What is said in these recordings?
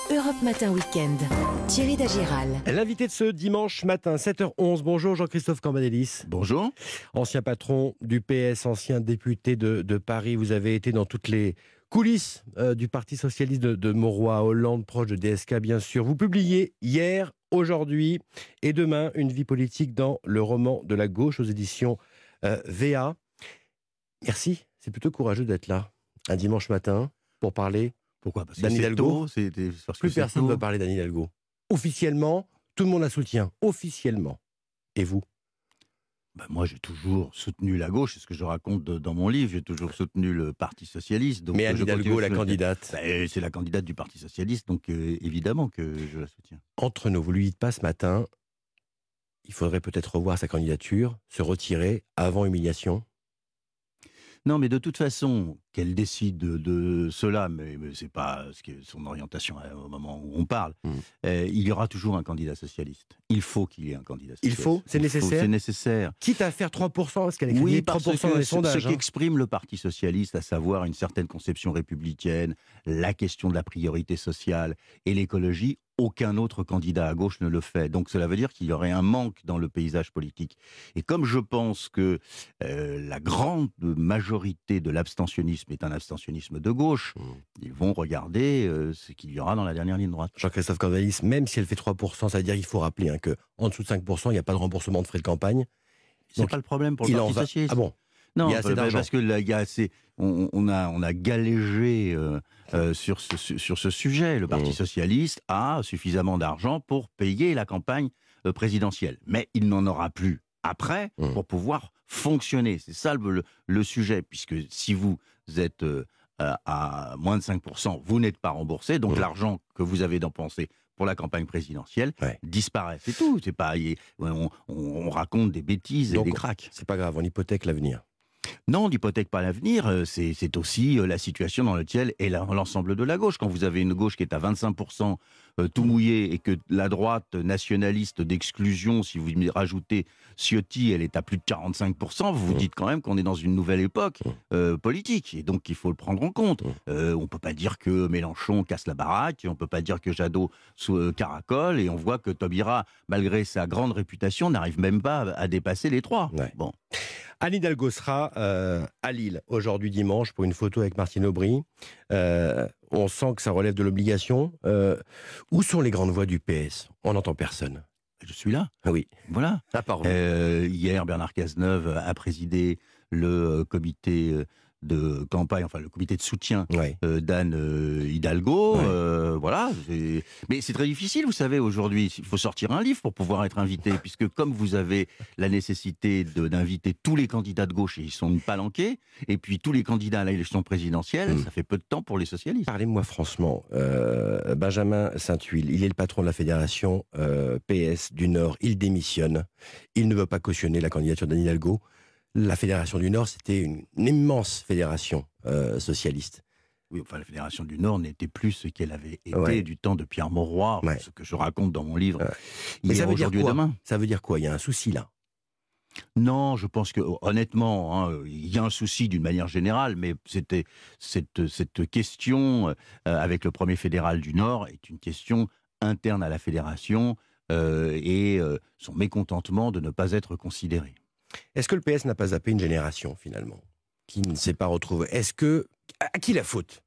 Europe Matin Week-end, Thierry Dagiral. L'invité de ce dimanche matin, 7h11. Bonjour Jean-Christophe Cambadélis. Bonjour. Ancien patron du PS, ancien député de Paris. Vous avez été dans toutes les coulisses du Parti Socialiste de Mauroy, Hollande, proche de DSK bien sûr. Vous publiez hier, aujourd'hui et demain une vie politique dans le roman de la gauche aux éditions VA. Merci, c'est plutôt courageux d'être là un dimanche matin pour parler. Pourquoi? Parce que d'Anne c'est Hidalgo. tôt, Plus personne ne veut parler d'Anne Hidalgo. Officiellement, tout le monde la soutient. Officiellement. Et vous? Moi, j'ai toujours soutenu la gauche, c'est ce que je raconte dans mon livre. J'ai toujours soutenu le Parti Socialiste. Donc mais Anne Hidalgo, la candidate. C'est la candidate du Parti Socialiste, donc évidemment que je la soutiens. Entre nous, vous lui dites pas ce matin, il faudrait peut-être revoir sa candidature, se retirer avant humiliation? Non, mais de toute façon, qu'elle décide de cela, mais c'est pas ce qui est son orientation au moment où on parle, il y aura toujours un candidat socialiste. Il faut qu'il y ait un candidat socialiste. Il faut? C'est nécessaire? C'est nécessaire. Quitte à faire 3%, parce qu'elle a écrit 3% dans les sondages. Ce qu'exprime le Parti Socialiste, à savoir une certaine conception républicaine, la question de la priorité sociale et l'écologie, aucun autre candidat à gauche ne le fait. Donc cela veut dire qu'il y aurait un manque dans le paysage politique. Et comme je pense que la grande majorité de l'abstentionnisme est un abstentionnisme de gauche, ils vont regarder ce qu'il y aura dans la dernière ligne droite. Jean-Christophe Cambadélis, même si elle fait 3%, ça veut dire qu'il faut rappeler qu'en dessous de 5%, il n'y a pas de remboursement de frais de campagne. C'est pas le problème pour le Parti Socialiste. Ah bon? Non, il y a assez d'argent. parce que là, on a galégé sur ce sujet. Le Parti Socialiste a suffisamment d'argent pour payer la campagne présidentielle. Mais il n'en aura plus après pour pouvoir fonctionner. C'est ça le sujet, puisque si vous êtes à moins de 5%, vous n'êtes pas remboursé, donc l'argent que vous avez dépensé pour la campagne présidentielle disparaît. C'est tout. C'est pas, on raconte des bêtises et des cracks. C'est pas grave, on hypothèque l'avenir. Non, on n'hypothèque pas l'avenir, c'est aussi la situation dans laquelle est l'ensemble de la gauche. Quand vous avez une gauche qui est à 25% tout mouillé et que la droite nationaliste d'exclusion, si vous rajoutez Ciotti, elle est à plus de 45%, vous vous dites quand même qu'on est dans une nouvelle époque politique. Et donc il faut le prendre en compte. On ne peut pas dire que Mélenchon casse la baraque, on ne peut pas dire que Jadot caracole, et on voit que Taubira, malgré sa grande réputation, n'arrive même pas à dépasser les 3. Ouais. Bon. Anne Hidalgo sera à Lille aujourd'hui dimanche pour une photo avec Martine Aubry. On sent que ça relève de l'obligation. Où sont les grandes voix du PS? On n'entend personne. Je suis là. Ah oui. Voilà. À part vous. Hier, Bernard Cazeneuve a présidé le comité de campagne, enfin le comité de soutien d'Anne Hidalgo. Voilà. Mais c'est très difficile, vous savez, aujourd'hui. Il faut sortir un livre pour pouvoir être invité, puisque comme vous avez la nécessité d'inviter tous les candidats de gauche, et ils sont palanqués, et puis tous les candidats à l'élection présidentielle, ça fait peu de temps pour les socialistes. Parlez-moi franchement. Benjamin Saint-Huil, il est le patron de la fédération PS du Nord. Il démissionne. Il ne veut pas cautionner la candidature d'Anne Hidalgo. La Fédération du Nord, c'était une immense fédération socialiste. Oui, enfin, la Fédération du Nord n'était plus ce qu'elle avait été du temps de Pierre Mauroy, ce que je raconte dans mon livre. Mais ça veut dire quoi? Demain. Ça veut dire quoi? Il y a un souci là? Non, je pense que, honnêtement, il y a un souci d'une manière générale, mais c'était cette question avec le premier fédéral du Nord est une question interne à la Fédération et son mécontentement de ne pas être considéré. Est-ce que le PS n'a pas zappé une génération, finalement, qui ne s'est pas retrouvée? À qui la faute?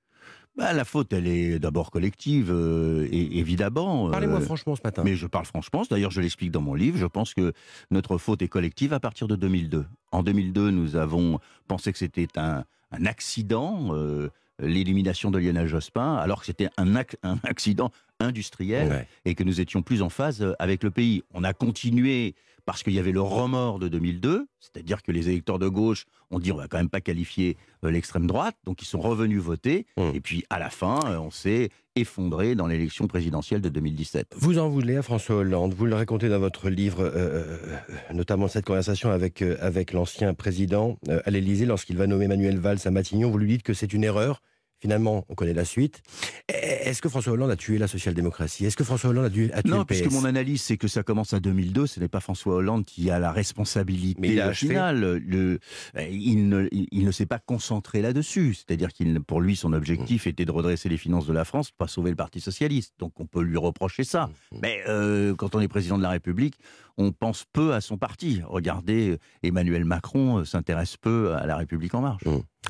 La faute, elle est d'abord collective, et évidemment. Parlez-moi franchement ce matin. Mais je parle franchement, d'ailleurs je l'explique dans mon livre, je pense que notre faute est collective à partir de 2002. En 2002, nous avons pensé que c'était un accident, l'élimination de Lionel Jospin, alors que c'était un accident industriel et que nous étions plus en phase avec le pays. On a continué parce qu'il y avait le remords de 2002, c'est-à-dire que les électeurs de gauche ont dit on va quand même pas qualifier l'extrême droite, donc ils sont revenus voter, et puis à la fin, on s'est effondré dans l'élection présidentielle de 2017. Vous en voulez à François Hollande, vous le racontez dans votre livre, notamment cette conversation avec l'ancien président à l'Élysée, lorsqu'il va nommer Manuel Valls à Matignon, vous lui dites que c'est une erreur, Finalement, on connaît la suite. Est-ce que François Hollande a tué la social-démocratie? Est-ce que François Hollande a tué Non, le PS? puisque mon analyse, c'est que ça commence à 2002. Ce n'est pas François Hollande qui a la responsabilité Mais il a achevé. finale. Il ne s'est pas concentré là-dessus. C'est-à-dire pour lui, son objectif était de redresser les finances de la France, pas sauver le Parti socialiste. Donc on peut lui reprocher ça. Mais quand on est président de la République, on pense peu à son parti. Regardez, Emmanuel Macron s'intéresse peu à la République en marche.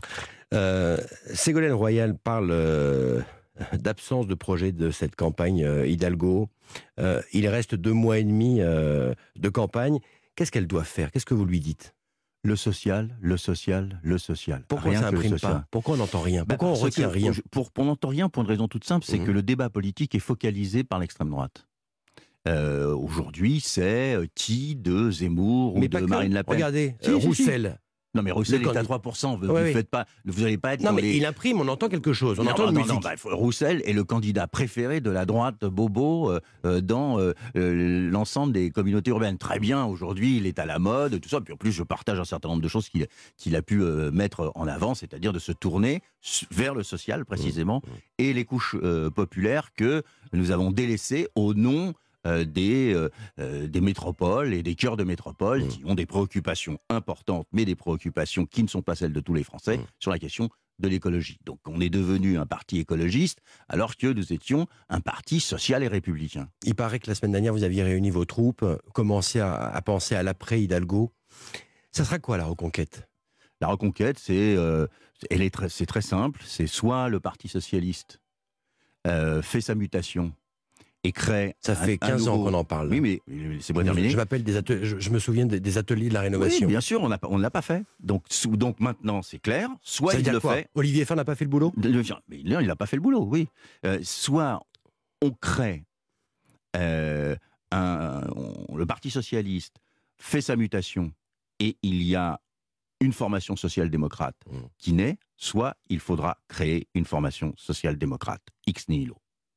Ségolène Royal parle d'absence de projet de cette campagne Hidalgo. Il reste 2 mois et demi de campagne. Qu'est-ce qu'elle doit faire? Qu'est-ce que vous lui dites? Le social, le social, le social. Pourquoi Rien ça que le n'imprime social. pas? Pourquoi on n'entend rien? Pourquoi on Parce retient que rien? On n'entend rien pour une raison toute simple, c'est que le débat politique est focalisé par l'extrême droite. Aujourd'hui, c'est qui de Zemmour Mais ou pas de que. Marine Le Pen. Regardez, Si, si, si. Roussel. Non, mais Roussel Le est à candidat. 3%. Vous Ouais, n'allez pas être Non, dans mais les... il imprime, on entend quelque chose, on entend une musique. Roussel est le candidat préféré de la droite bobo dans l'ensemble des communautés urbaines. Très bien, aujourd'hui, il est à la mode, tout ça. Puis en plus, je partage un certain nombre de choses qu'il a pu mettre en avant, c'est-à-dire de se tourner vers le social, précisément, et les couches populaires que nous avons délaissées au nom des métropoles et des cœurs de métropole qui ont des préoccupations importantes, mais des préoccupations qui ne sont pas celles de tous les Français sur la question de l'écologie. Donc on est devenu un parti écologiste alors que nous étions un parti social et républicain. Il paraît que la semaine dernière, vous aviez réuni vos troupes, commencé à penser à l'après-Hidalgo. Ça sera quoi la reconquête? La reconquête, c'est très simple. C'est soit le Parti socialiste fait sa mutation et crée... Ça fait 15 ans qu'on en parle. Oui, mais c'est pas terminé. Je me souviens des ateliers de la rénovation. Oui, bien sûr, on ne l'a pas fait. Donc maintenant, c'est clair. Soit il le fait... Olivier Faure n'a pas fait le boulot? Mais il n'a pas fait le boulot, oui. Soit on crée... le Parti socialiste fait sa mutation et il y a une formation social-démocrate qui naît, soit il faudra créer une formation social-démocrate. Ex nihilo.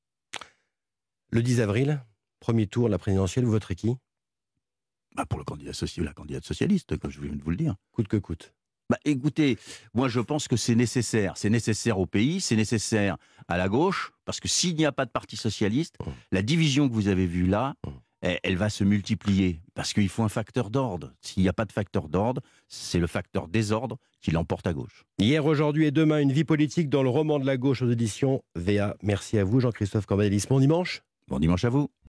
Le 10 avril, premier tour de la présidentielle, vous voterez qui? Pour la candidate socialiste, comme je viens de vous le dire. Coûte que coûte. Écoutez, moi je pense que c'est nécessaire. C'est nécessaire au pays, c'est nécessaire à la gauche, parce que s'il n'y a pas de parti socialiste, la division que vous avez vue là, elle va se multiplier, parce qu'il faut un facteur d'ordre. S'il n'y a pas de facteur d'ordre, c'est le facteur désordre qui l'emporte à gauche. Hier, aujourd'hui et demain, une vie politique dans le roman de la gauche aux éditions VA. Merci à vous, Jean-Christophe Cambadélis. Bon dimanche. Bon dimanche à vous.